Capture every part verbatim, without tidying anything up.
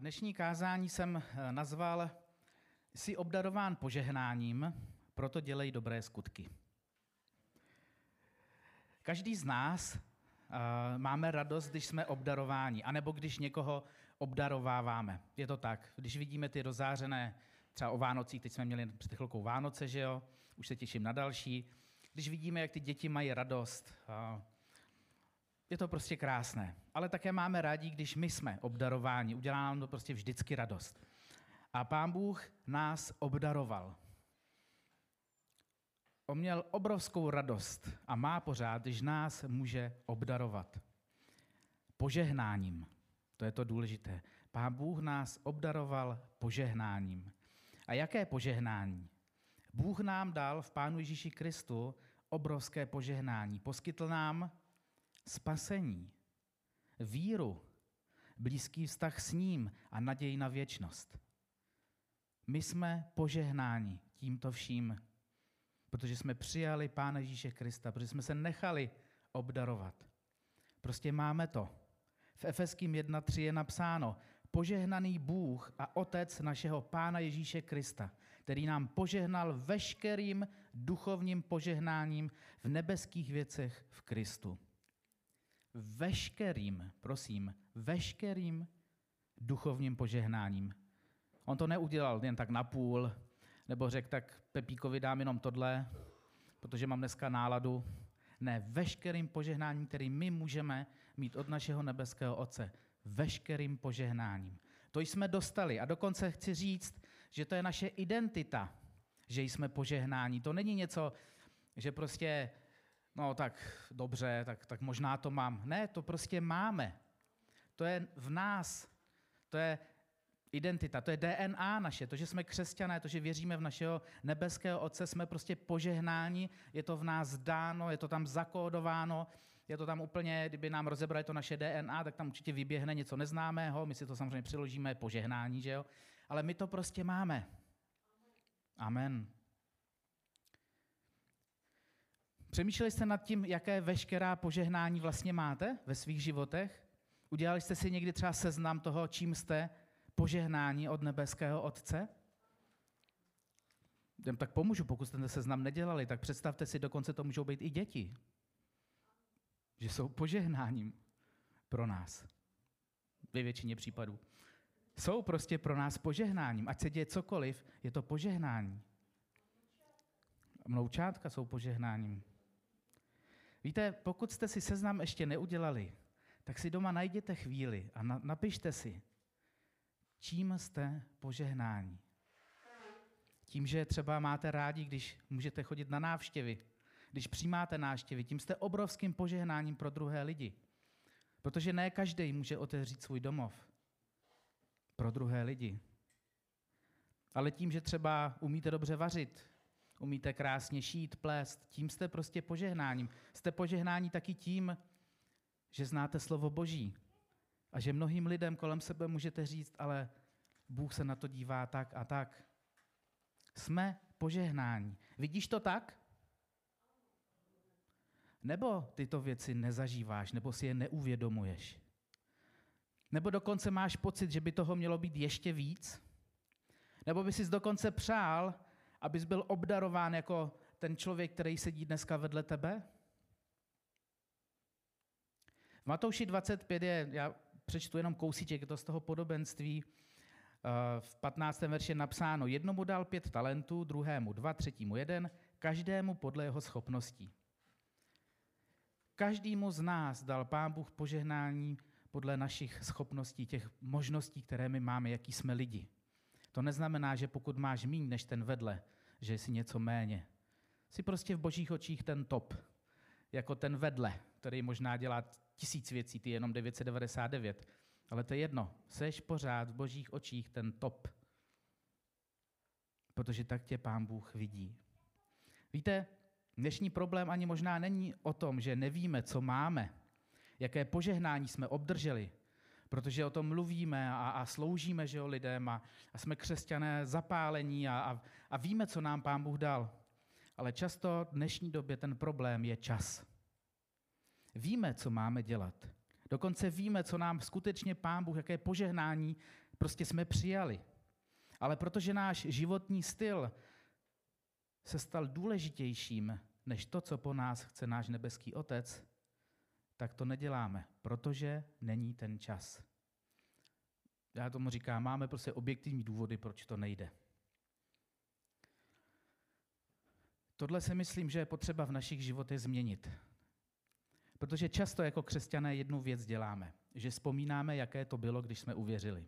Dnešní kázání jsem nazval Jsi obdarován požehnáním, proto dělej dobré skutky. Každý z nás uh, máme radost, když jsme obdarováni, anebo když někoho obdarováváme. Je to tak. Když vidíme ty rozářené, třeba o Vánocích, teď jsme měli před chvilkou Vánoce, že jo? Už se těším na další. Když vidíme, jak ty děti mají radost, uh, je to prostě krásné. Ale také máme rádi, když my jsme obdarováni. Udělá nám to prostě vždycky radost. A Pán Bůh nás obdaroval. On měl obrovskou radost a má pořád, když nás může obdarovat. Požehnáním. To je to důležité. Pán Bůh nás obdaroval požehnáním. A jaké požehnání? Bůh nám dal v Pánu Ježíši Kristu obrovské požehnání. Poskytl nám spasení, víru, blízký vztah s ním a naději na věčnost. My jsme požehnáni tímto vším, protože jsme přijali Pána Ježíše Krista, protože jsme se nechali obdarovat. Prostě máme to. V Efeským jedna tři je napsáno: požehnaný Bůh a Otec našeho Pána Ježíše Krista, který nám požehnal veškerým duchovním požehnáním v nebeských věcech v Kristu. Veškerým, prosím, veškerým duchovním požehnáním. On to neudělal jen tak napůl, nebo řekl, tak Pepíkovi dám jenom tohle, protože mám dneska náladu. Ne, veškerým požehnáním, který my můžeme mít od našeho nebeského Otce. Veškerým požehnáním. To jsme dostali a dokonce chci říct, že to je naše identita, že jsme požehnáni. To není něco, že prostě, no tak dobře, tak, tak možná to mám. Ne, to prostě máme. To je v nás. To je identita, to je D N A naše, to, že jsme křesťané, to, že věříme v našeho nebeského Otce, jsme prostě požehnáni, je to v nás dáno, je to tam zakódováno, je to tam úplně, kdyby nám rozebrali to naše D N A, tak tam určitě vyběhne něco neznámého, my si to samozřejmě přiložíme, požehnání, že jo? Ale my to prostě máme. Amen. Přemýšleli jste nad tím, jaké veškerá požehnání vlastně máte ve svých životech? Udělali jste si někdy třeba seznam toho, čím jste požehnání od nebeského Otce? Jen tak pomůžu, pokud jste ten seznam nedělali, tak představte si, dokonce to můžou být i děti. Že jsou požehnáním pro nás. Ve většině případů. Jsou prostě pro nás požehnáním. Ať se děje cokoliv, je to požehnání. Mloučátka jsou požehnáním. Víte, pokud jste si seznam ještě neudělali, tak si doma najděte chvíli a na, napište si, čím jste požehnáni. Tím, že třeba máte rádi, když můžete chodit na návštěvy, když přijímáte návštěvy, tím jste obrovským požehnáním pro druhé lidi. Protože ne každý může otevřít svůj domov pro druhé lidi. Ale tím, že třeba umíte dobře vařit, umíte krásně šít, plést, tím jste prostě požehnáním. Jste požehnáni taky tím, že znáte slovo Boží. A že mnohým lidem kolem sebe můžete říct, ale Bůh se na to dívá tak a tak. Jsme požehnáni. Vidíš to tak? Nebo tyto věci nezažíváš, nebo si je neuvědomuješ? Nebo dokonce máš pocit, že by toho mělo být ještě víc? Nebo by jsi dokonce přál, abys byl obdarován jako ten člověk, který sedí dneska vedle tebe? V Matouši dvacet pět je, já přečtu jenom kousíček, je to z toho podobenství, v patnáctém verši je napsáno: jednomu dal pět talentů, druhému dva, třetímu jeden, každému podle jeho schopností. Každému z nás dal Pán Bůh požehnání podle našich schopností, těch možností, které my máme, jaký jsme lidi. To neznamená, že pokud máš míň než ten vedle, že jsi něco méně. Jsi prostě v Božích očích ten top, jako ten vedle, který možná dělá tisíc věcí, ty jenom devět set devadesát devět. Ale to je jedno, seš pořád v Božích očích ten top. Protože tak tě Pán Bůh vidí. Víte, dnešní problém ani možná není o tom, že nevíme, co máme, jaké požehnání jsme obdrželi, protože o tom mluvíme a, a sloužíme, že jo, lidem a, a jsme křesťané zapálení a, a, a víme, co nám Pán Bůh dal. Ale často v dnešní době ten problém je čas. Víme, co máme dělat. Dokonce víme, co nám skutečně Pán Bůh, jaké požehnání prostě jsme přijali. Ale protože náš životní styl se stal důležitějším než to, co po nás chce náš nebeský Otec, tak to neděláme, protože není ten čas. Já tomu říkám, máme prostě objektivní důvody, proč to nejde. Tohle si myslím, že je potřeba v našich životech změnit. Protože často jako křesťané jednu věc děláme, že vzpomínáme, jaké to bylo, když jsme uvěřili.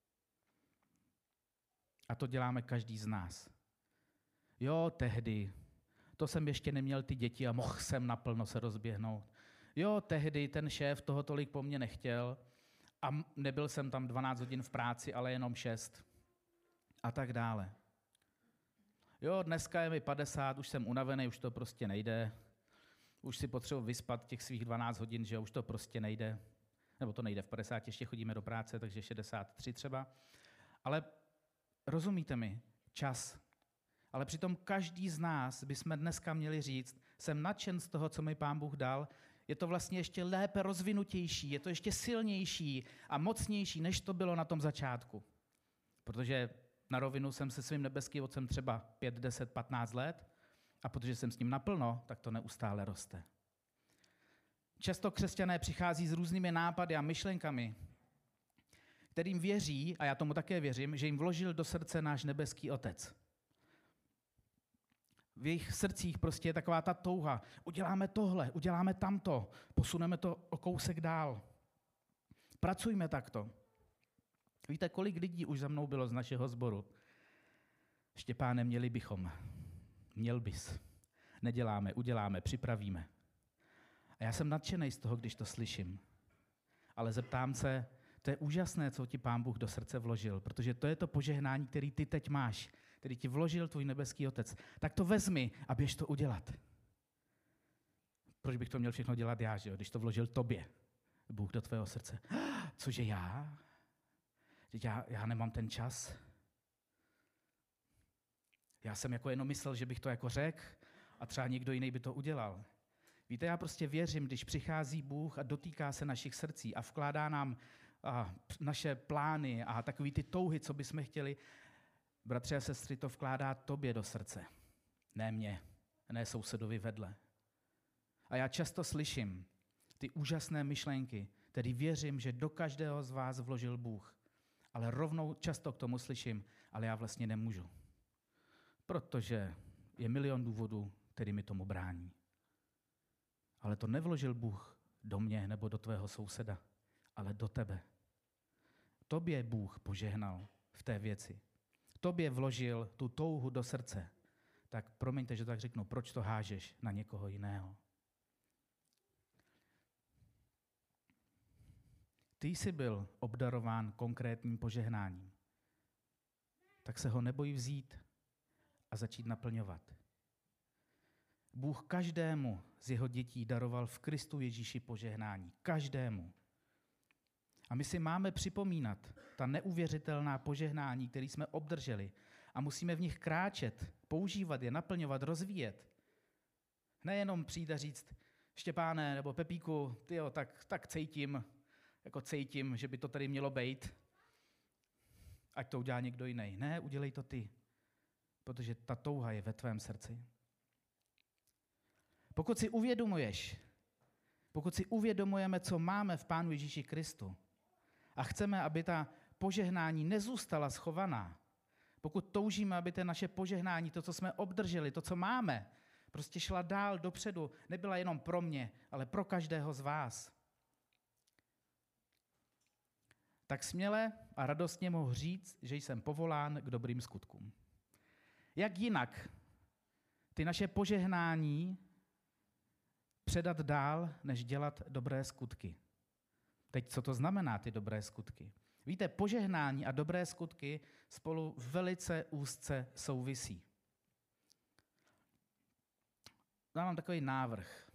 A to děláme každý z nás. Jo, tehdy, to jsem ještě neměl ty děti a mohl jsem naplno se rozběhnout. Jo, tehdy ten šéf toho tolik po mně nechtěl a nebyl jsem tam dvanáct hodin v práci, ale jenom šest. A tak dále. Jo, dneska je mi padesát, už jsem unavený, už to prostě nejde. Už si potřebuji vyspat těch svých dvanáct hodin, že už to prostě nejde. Nebo to nejde, v padesáti ještě chodíme do práce, takže šedesát tři třeba. Ale rozumíte mi, čas. Ale přitom každý z nás bychom dneska měli říct, jsem nadšen z toho, co mi Pán Bůh dal, je to vlastně ještě lépe rozvinutější, je to ještě silnější a mocnější, než to bylo na tom začátku. Protože na rovinu jsem se svým nebeským Otcem třeba pět, deset, patnáct let a protože jsem s ním naplno, tak to neustále roste. Často křesťané přichází s různými nápady a myšlenkami, kterým věří, a já tomu také věřím, že jim vložil do srdce náš nebeský Otec. V jejich srdcích prostě je taková ta touha. Uděláme tohle, uděláme tamto, posuneme to o kousek dál. Pracujme takto. Víte, kolik lidí už za mnou bylo z našeho sboru? Štěpáne, měli bychom. Měl bys. Neděláme, uděláme, připravíme. A já jsem nadšenej z toho, když to slyším. Ale zeptám se, to je úžasné, co ti Pán Bůh do srdce vložil, protože to je to požehnání, který ty teď máš, který ti vložil tvůj nebeský Otec. Tak to vezmi a běž to udělat. Proč bych to měl všechno dělat já, že jo? Když to vložil tobě, Bůh do tvého srdce. Cože já? Já, já nemám ten čas. Já jsem jako jenom myslel, že bych to jako řekl a třeba někdo jiný by to udělal. Víte, já prostě věřím, když přichází Bůh a dotýká se našich srdcí a vkládá nám a, naše plány a takový ty touhy, co bychom chtěli, bratři a sestry, to vkládá tobě do srdce. Ne mě, ne sousedovi vedle. A já často slyším ty úžasné myšlenky, tedy věřím, že do každého z vás vložil Bůh. Ale rovnou často k tomu slyším, ale já vlastně nemůžu. Protože je milion důvodů, který mi tomu brání. Ale to nevložil Bůh do mě nebo do tvého souseda, ale do tebe. Tobě Bůh požehnal v té věci. Tobě vložil tu touhu do srdce. Tak promiňte, že tak řeknu, proč to hážeš na někoho jiného? Ty jsi byl obdarován konkrétním požehnáním. Tak se ho neboj vzít a začít naplňovat. Bůh každému z jeho dětí daroval v Kristu Ježíši požehnání. Každému. A my si máme připomínat ta neuvěřitelná požehnání, které jsme obdrželi a musíme v nich kráčet, používat je, naplňovat, rozvíjet. Nejenom přijít a říct, Štěpáne nebo Pepíku, tyjo, tak, tak cítím, jako cítím, že by to tady mělo být, ať to udělá někdo jiný. Ne, udělej to ty, protože ta touha je ve tvém srdci. Pokud si uvědomuješ, pokud si uvědomujeme, co máme v Pánu Ježíši Kristu a chceme, aby ta požehnání nezůstala schovaná, pokud toužíme, aby to naše požehnání, to, co jsme obdrželi, to, co máme, prostě šla dál dopředu, nebyla jenom pro mě, ale pro každého z vás, tak směle a radostně mohu říct, že jsem povolán k dobrým skutkům. Jak jinak ty naše požehnání předat dál, než dělat dobré skutky. Teď, co to znamená, ty dobré skutky? Víte, požehnání a dobré skutky spolu velice úzce souvisí. Dávám takový návrh.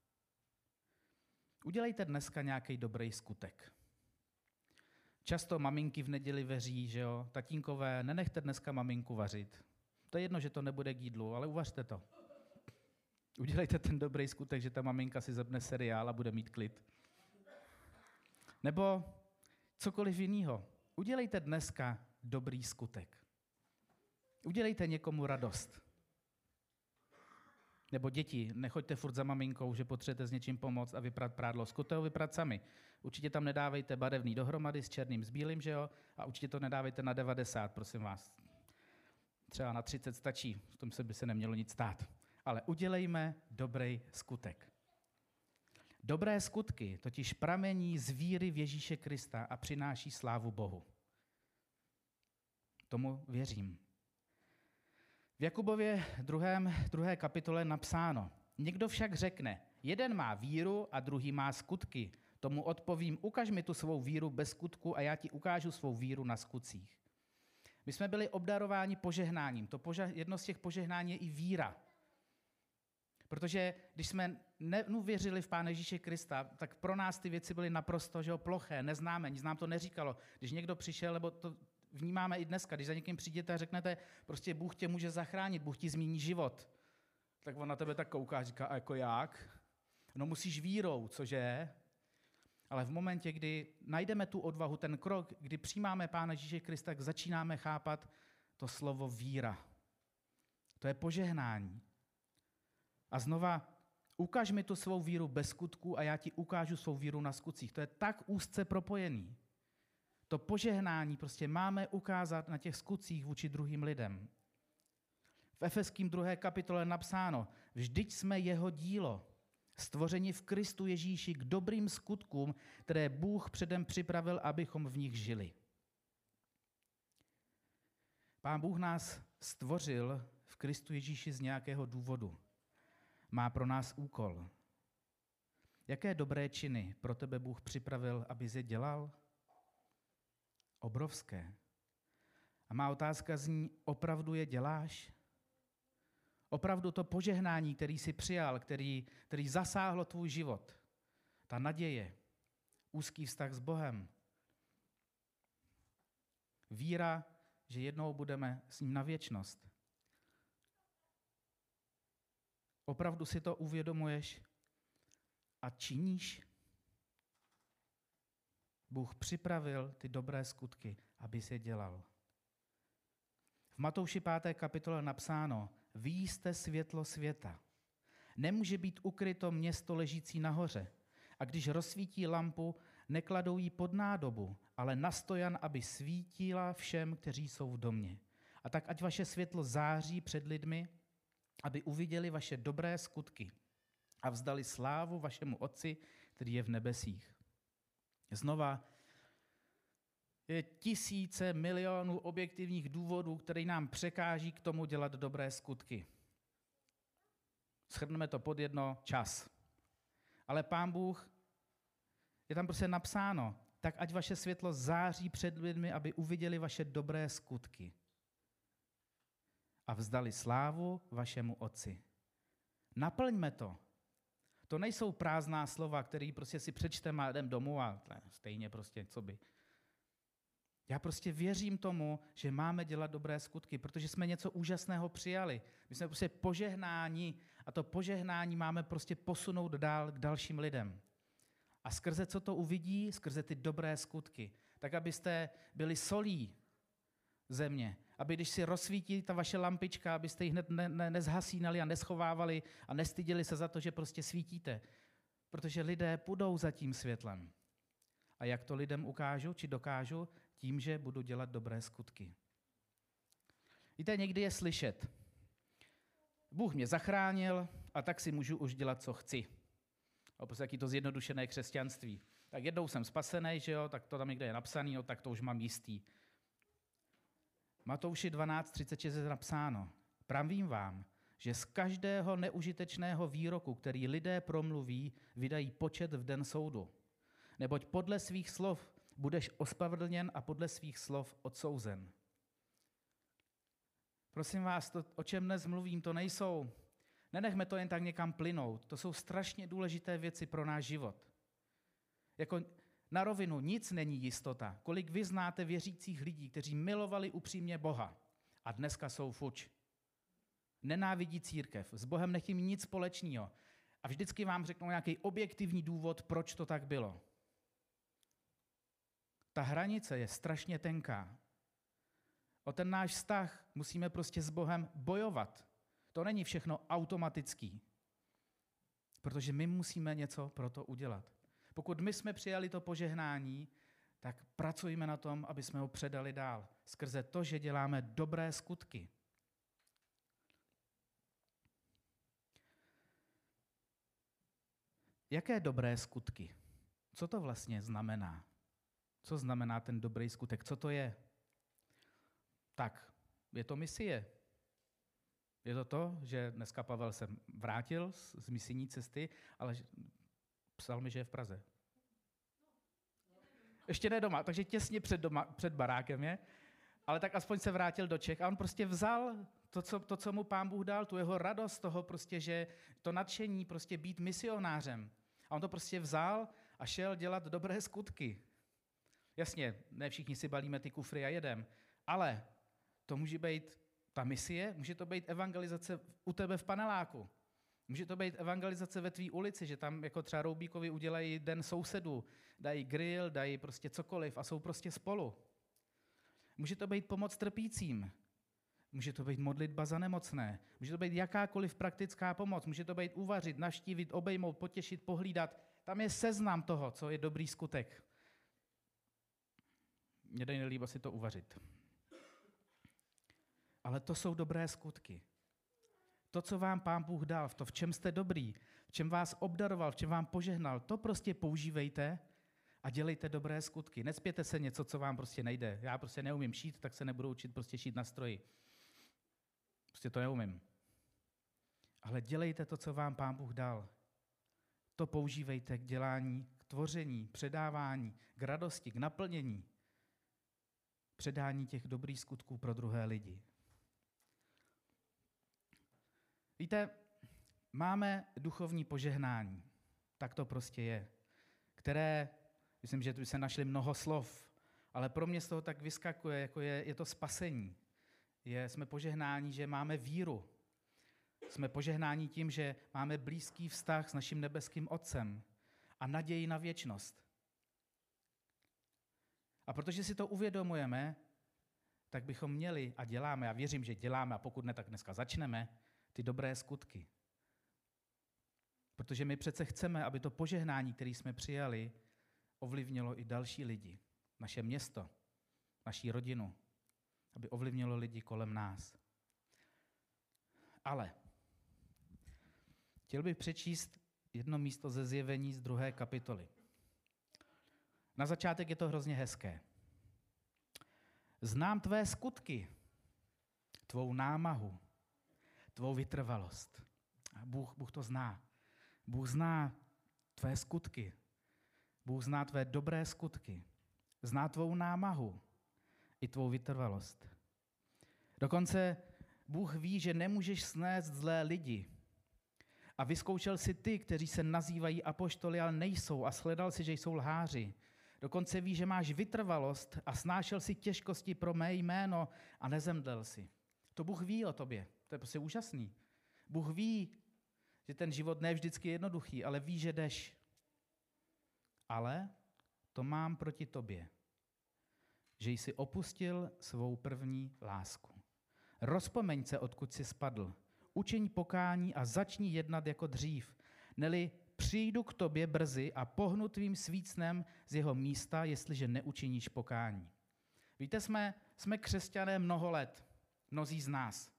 Udělejte dneska nějaký dobrý skutek. Často maminky v neděli vaří, že jo? Tatínkové, nenechte dneska maminku vařit. To je jedno, že to nebude k jídlu, ale uvařte to. Udělejte ten dobrý skutek, že ta maminka si zapne seriál a bude mít klid. Nebo cokoliv jiného. Udělejte dneska dobrý skutek. Udělejte někomu radost. Nebo děti, nechoďte furt za maminkou, že potřebujete s něčím pomoct a vyprat prádlo. Zkuste ho vyprat sami. Určitě tam nedávejte barevný dohromady s černým, s bílým, že jo? A určitě to nedávejte na devadesát, prosím vás. Třeba na třicet stačí, v tom se by se nemělo nic stát. Ale udělejme dobrý skutek. Dobré skutky totiž pramení z víry v Ježíše Krista a přináší slávu Bohu. Tomu věřím. V Jakubově druhém, druhé kapitole napsáno: Někdo však řekne, jeden má víru a druhý má skutky. Tomu odpovím, ukaž mi tu svou víru bez skutku a já ti ukážu svou víru na skutcích. My jsme byli obdarováni požehnáním. To poža- jedno z těch požehnání je i víra. Protože když jsme neuvěřili v Pána Ježíše Krista, tak pro nás ty věci byly naprosto že jo, ploché, neznáme, nic nám to neříkalo. Když někdo přišel, nebo to vnímáme i dneska, když za někým přijdete a řeknete, prostě Bůh tě může zachránit, Bůh ti změní život, tak on na tebe tak kouká a říká, a jako jak? No musíš vírou, cože? Ale v momentě, kdy najdeme tu odvahu, ten krok, kdy přijímáme Pána Ježíše Krista, tak začínáme chápat to slovo víra. To je požehnání. A znova, ukaž mi tu svou víru bez skutků a já ti ukážu svou víru na skutcích. To je tak úzce propojený. To požehnání prostě máme ukázat na těch skutcích vůči druhým lidem. V Efeským druhé kapitole napsáno, vždyť jsme jeho dílo, stvořeni v Kristu Ježíši k dobrým skutkům, které Bůh předem připravil, abychom v nich žili. Pán Bůh nás stvořil v Kristu Ježíši z nějakého důvodu. Má pro nás úkol. Jaké dobré činy pro tebe Bůh připravil, abys je dělal? Obrovské. A má otázka zní, opravdu je děláš? Opravdu to požehnání, který jsi přijal, který, který zasáhlo tvůj život, ta naděje, úzký vztah s Bohem, víra, že jednou budeme s ním na věčnost. Opravdu si to uvědomuješ a činíš? Bůh připravil ty dobré skutky, abys je dělal. V Matouši páté kapitole napsáno, vy jste světlo světa. Nemůže být ukryto město ležící nahoře. A když rozsvítí lampu, nekladou ji pod nádobu, ale na stojan, aby svítila všem, kteří jsou v domě. A tak ať vaše světlo září před lidmi, aby uviděli vaše dobré skutky a vzdali slávu vašemu Otci, který je v nebesích. Znova, je tisíce milionů objektivních důvodů, které nám překáží k tomu dělat dobré skutky. Shrneme to pod jedno, čas. Ale Pán Bůh, je tam prostě napsáno, tak ať vaše světlo září před lidmi, aby uviděli vaše dobré skutky a vzdali slávu vašemu Otci. Naplňme to. To nejsou prázdná slova, které prostě si přečteme a jdem domů a stejně prostě, co by. Já prostě věřím tomu, že máme dělat dobré skutky, protože jsme něco úžasného přijali. My jsme prostě požehnáni a to požehnání máme prostě posunout dál k dalším lidem. A skrze co to uvidí? Skrze ty dobré skutky. Tak, abyste byli solí země. Aby když si rozsvítí ta vaše lampička, abyste ji hned ne, ne, nezhasínali a neschovávali a nestyděli se za to, že prostě svítíte. Protože lidé půjdou za tím světlem. A jak to lidem ukážu, či dokážu? Tím, že budu dělat dobré skutky. Víte, někdy je slyšet. Bůh mě zachránil a tak si můžu už dělat, co chci. A prostě jaký to zjednodušené křesťanství. Tak jednou jsem spasený, že jo, tak to tam někde je napsaný, no, tak to už mám jistý. Matouši dvanáct třicet šest je napsáno. Pravím vám, že z každého neužitečného výroku, který lidé promluví, vydají počet v den soudu. Neboť podle svých slov budeš ospravedlněn a podle svých slov odsouzen. Prosím vás, to, o čem dnes mluvím, to nejsou, nenechme to jen tak někam plynout, to jsou strašně důležité věci pro náš život. Jako na rovinu, nic není jistota. Kolik vy znáte věřících lidí, kteří milovali upřímně Boha a dneska jsou fuč. Nenávidí církev, s Bohem nechtějí nic společného a vždycky vám řeknou nějaký objektivní důvod, proč to tak bylo. ta hranice je strašně tenká. O ten náš vztah musíme prostě s Bohem bojovat. To není všechno automatický. Protože my musíme něco pro to udělat. Pokud my jsme přijali to požehnání, tak pracujeme na tom, aby jsme ho předali dál. Skrze to, že děláme dobré skutky. Jaké dobré skutky? Co to vlastně znamená? Co znamená ten dobrý skutek? Co to je? Tak, je to misie. Je to to, že dneska Pavel se vrátil z, z misijní cesty, ale psal mi, že je v Praze. Ještě ne doma, takže těsně před, doma, před barákem je, ale tak aspoň se vrátil do Čech a on prostě vzal to co, to, co mu Pán Bůh dal, tu jeho radost toho prostě, že to nadšení prostě být misionářem. A on to prostě vzal a šel dělat dobré skutky. Jasně, ne všichni si balíme ty kufry a jedem, ale to může být ta misie, může to být evangelizace u tebe v paneláku. Může to být evangelizace ve tvý ulici, že tam jako třeba Roubíkovi udělají den sousedů, dají grill, dají prostě cokoliv a jsou prostě spolu. Může to být pomoc trpícím. Může to být modlitba za nemocné. Může to být jakákoliv praktická pomoc. Může to být uvařit, navštívit, obejmout, potěšit, pohlídat. Tam je seznam toho, co je dobrý skutek. Mně tady nelíbí si to uvařit. Ale to jsou dobré skutky. To, co vám Pán Bůh dal, v to, v čem jste dobrý, v čem vás obdaroval, v čem vám požehnal, to prostě používejte a dělejte dobré skutky. Necpěte se něco, co vám prostě nejde. Já prostě neumím šít, tak se nebudu učit prostě šít na stroji. Prostě to neumím. Ale dělejte to, co vám Pán Bůh dal. To používejte k dělání, k tvoření, předávání, k radosti, k naplnění. Předání těch dobrých skutků pro druhé lidi. Víte, máme duchovní požehnání, tak to prostě je, které, myslím, že tu by se našli mnoho slov, ale pro mě z toho tak vyskakuje, jako je, je to spasení. Je, jsme požehnáni, že máme víru. Jsme požehnáni tím, že máme blízký vztah s naším nebeským Otcem a naději na věčnost. A protože si to uvědomujeme, tak bychom měli a děláme, a věřím, že děláme, a pokud ne, tak dneska začneme, ty dobré skutky. Protože my přece chceme, aby to požehnání, které jsme přijali, ovlivnilo i další lidi, naše město, naší rodinu, aby ovlivnilo lidi kolem nás. Ale chtěl bych přečíst jedno místo ze Zjevení z druhé kapitoly. Na začátek je to hrozně hezké. Znám tvé skutky, tvou námahu, tvou vytrvalost. A Bůh, Bůh to zná. Bůh zná tvé skutky. Bůh zná tvé dobré skutky. Zná tvou námahu i tvou vytrvalost. Dokonce Bůh ví, že nemůžeš snést zlé lidi. A vyzkoušel si ty, kteří se nazývají apoštoly, ale nejsou, a shledal si, že jsou lháři. Dokonce ví, že máš vytrvalost a snášel si těžkosti pro mé jméno a nezemdlel si. To Bůh ví o tobě. To je prostě úžasný. Bůh ví, že ten život ne vždycky je jednoduchý, ale ví, že jdeš. Ale to mám proti tobě, že jsi opustil svou první lásku. Rozpomeň se, odkud jsi spadl. Učiň pokání a začni jednat jako dřív. Neli přijdu k tobě brzy a pohnu tvým svícnem z jeho místa, jestliže neučiníš pokání. Víte, jsme, jsme křesťané mnoho let, mnozí z nás.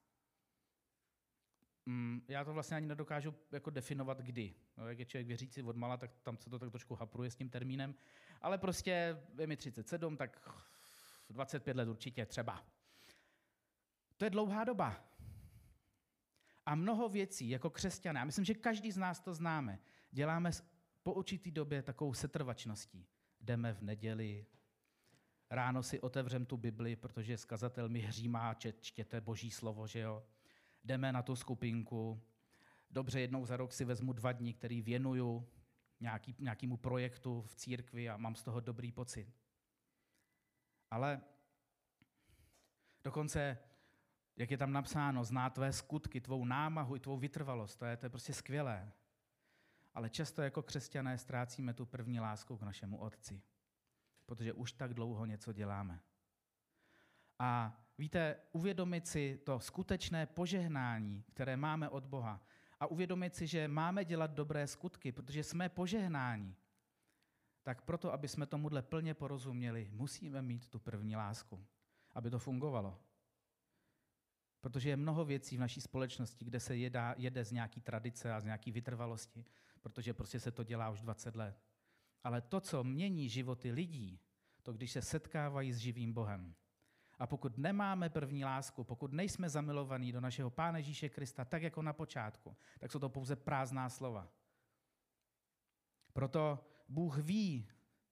Mm, já to vlastně ani nedokážu jako definovat, kdy. No, jak je člověk věřící odmala, tak tam se to tak trošku hapruje s tím termínem. Ale prostě je mi třicet sedm, tak dvacet pět let určitě třeba. To je dlouhá doba. A mnoho věcí jako křesťané, a myslím, že každý z nás to známe, děláme po určitý době takovou setrvačností. Jdeme v neděli, ráno si otevřem tu Bibli, protože skazatel mi hřímá, čet, čtěte Boží slovo, že jo. Jdeme na tu skupinku, dobře, jednou za rok si vezmu dva dny, který věnuju nějaký, nějakému projektu v církvi a mám z toho dobrý pocit. Ale dokonce, jak je tam napsáno, zná tvé skutky, tvou námahu i tvou vytrvalost, to je, to je prostě skvělé. Ale často jako křesťané ztrácíme tu první lásku k našemu Otci. protože už tak dlouho něco děláme. A víte, uvědomit si to skutečné požehnání, které máme od Boha, a uvědomit si, že máme dělat dobré skutky, protože jsme požehnáni, tak proto, aby jsme tomuhle plně porozuměli, musíme mít tu první lásku, aby to fungovalo. Protože je mnoho věcí v naší společnosti, kde se jedá, jede z nějaký tradice a z nějaký vytrvalosti, protože prostě se to dělá už dvacet let. Ale to, co mění životy lidí, to když se setkávají s živým Bohem. A pokud nemáme první lásku, pokud nejsme zamilovaní do našeho Pána Ježíše Krista, tak jako na počátku, tak jsou to pouze prázdná slova. Proto Bůh ví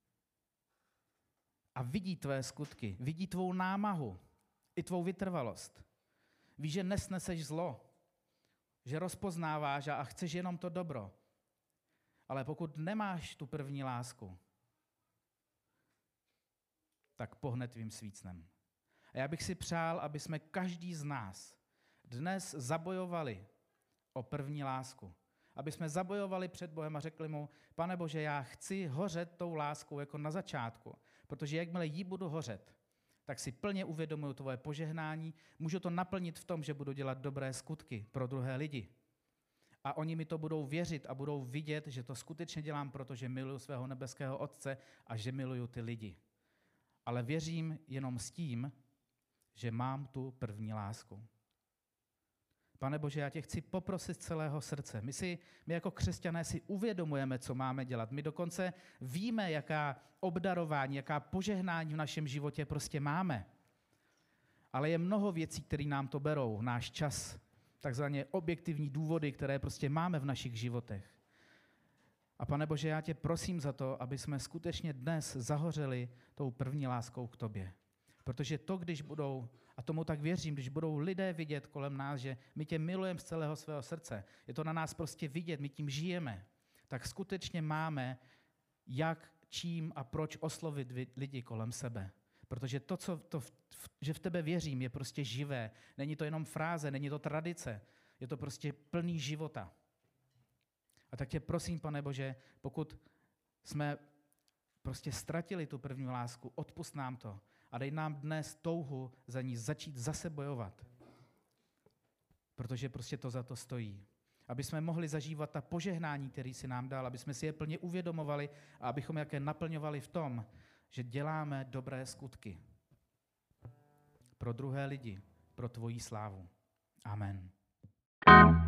a vidí tvé skutky, vidí tvou námahu i tvou vytrvalost. Ví, že nesneseš zlo, že rozpoznáváš a chceš jenom to dobro. Ale pokud nemáš tu první lásku, tak pohne tvým svícnem. A já bych si přál, aby jsme každý z nás dnes zabojovali o první lásku. Aby jsme zabojovali před Bohem a řekli mu, Pane Bože, já chci hořet tou láskou jako na začátku, protože jakmile jí budu hořet, tak si plně uvědomuju tvoje požehnání, můžu to naplnit v tom, že budu dělat dobré skutky pro druhé lidi. A oni mi to budou věřit a budou vidět, že to skutečně dělám, protože miluju svého nebeského Otce a že miluju ty lidi. Ale věřím jenom s tím, že mám tu první lásku. Pane Bože, já tě chci poprosit z celého srdce. My, si, my jako křesťané si uvědomujeme, co máme dělat. My dokonce víme, jaká obdarování, jaká požehnání v našem životě prostě máme. Ale je mnoho věcí, které nám to berou, náš čas, takzvané objektivní důvody, které prostě máme v našich životech. A Pane Bože, já tě prosím za to, aby jsme skutečně dnes zahořeli tou první láskou k tobě. Protože to, když budou, a tomu tak věřím, když budou lidé vidět kolem nás, že my tě milujeme z celého svého srdce, je to na nás prostě vidět, my tím žijeme, tak skutečně máme jak, čím a proč oslovit lidi kolem sebe. Protože to, co to, že v tebe věřím, je prostě živé. Není to jenom fráze, není to tradice, je to prostě plný života. A tak tě prosím, Pane Bože, pokud jsme prostě ztratili tu první lásku, odpusť nám to a dej nám dnes touhu za ní začít zase bojovat. Protože prostě to za to stojí. Aby jsme mohli zažívat ta požehnání, který si nám dal, aby jsme si je plně uvědomovali a abychom jaké naplňovali v tom, že děláme dobré skutky pro druhé lidi, pro tvoji slávu. Amen.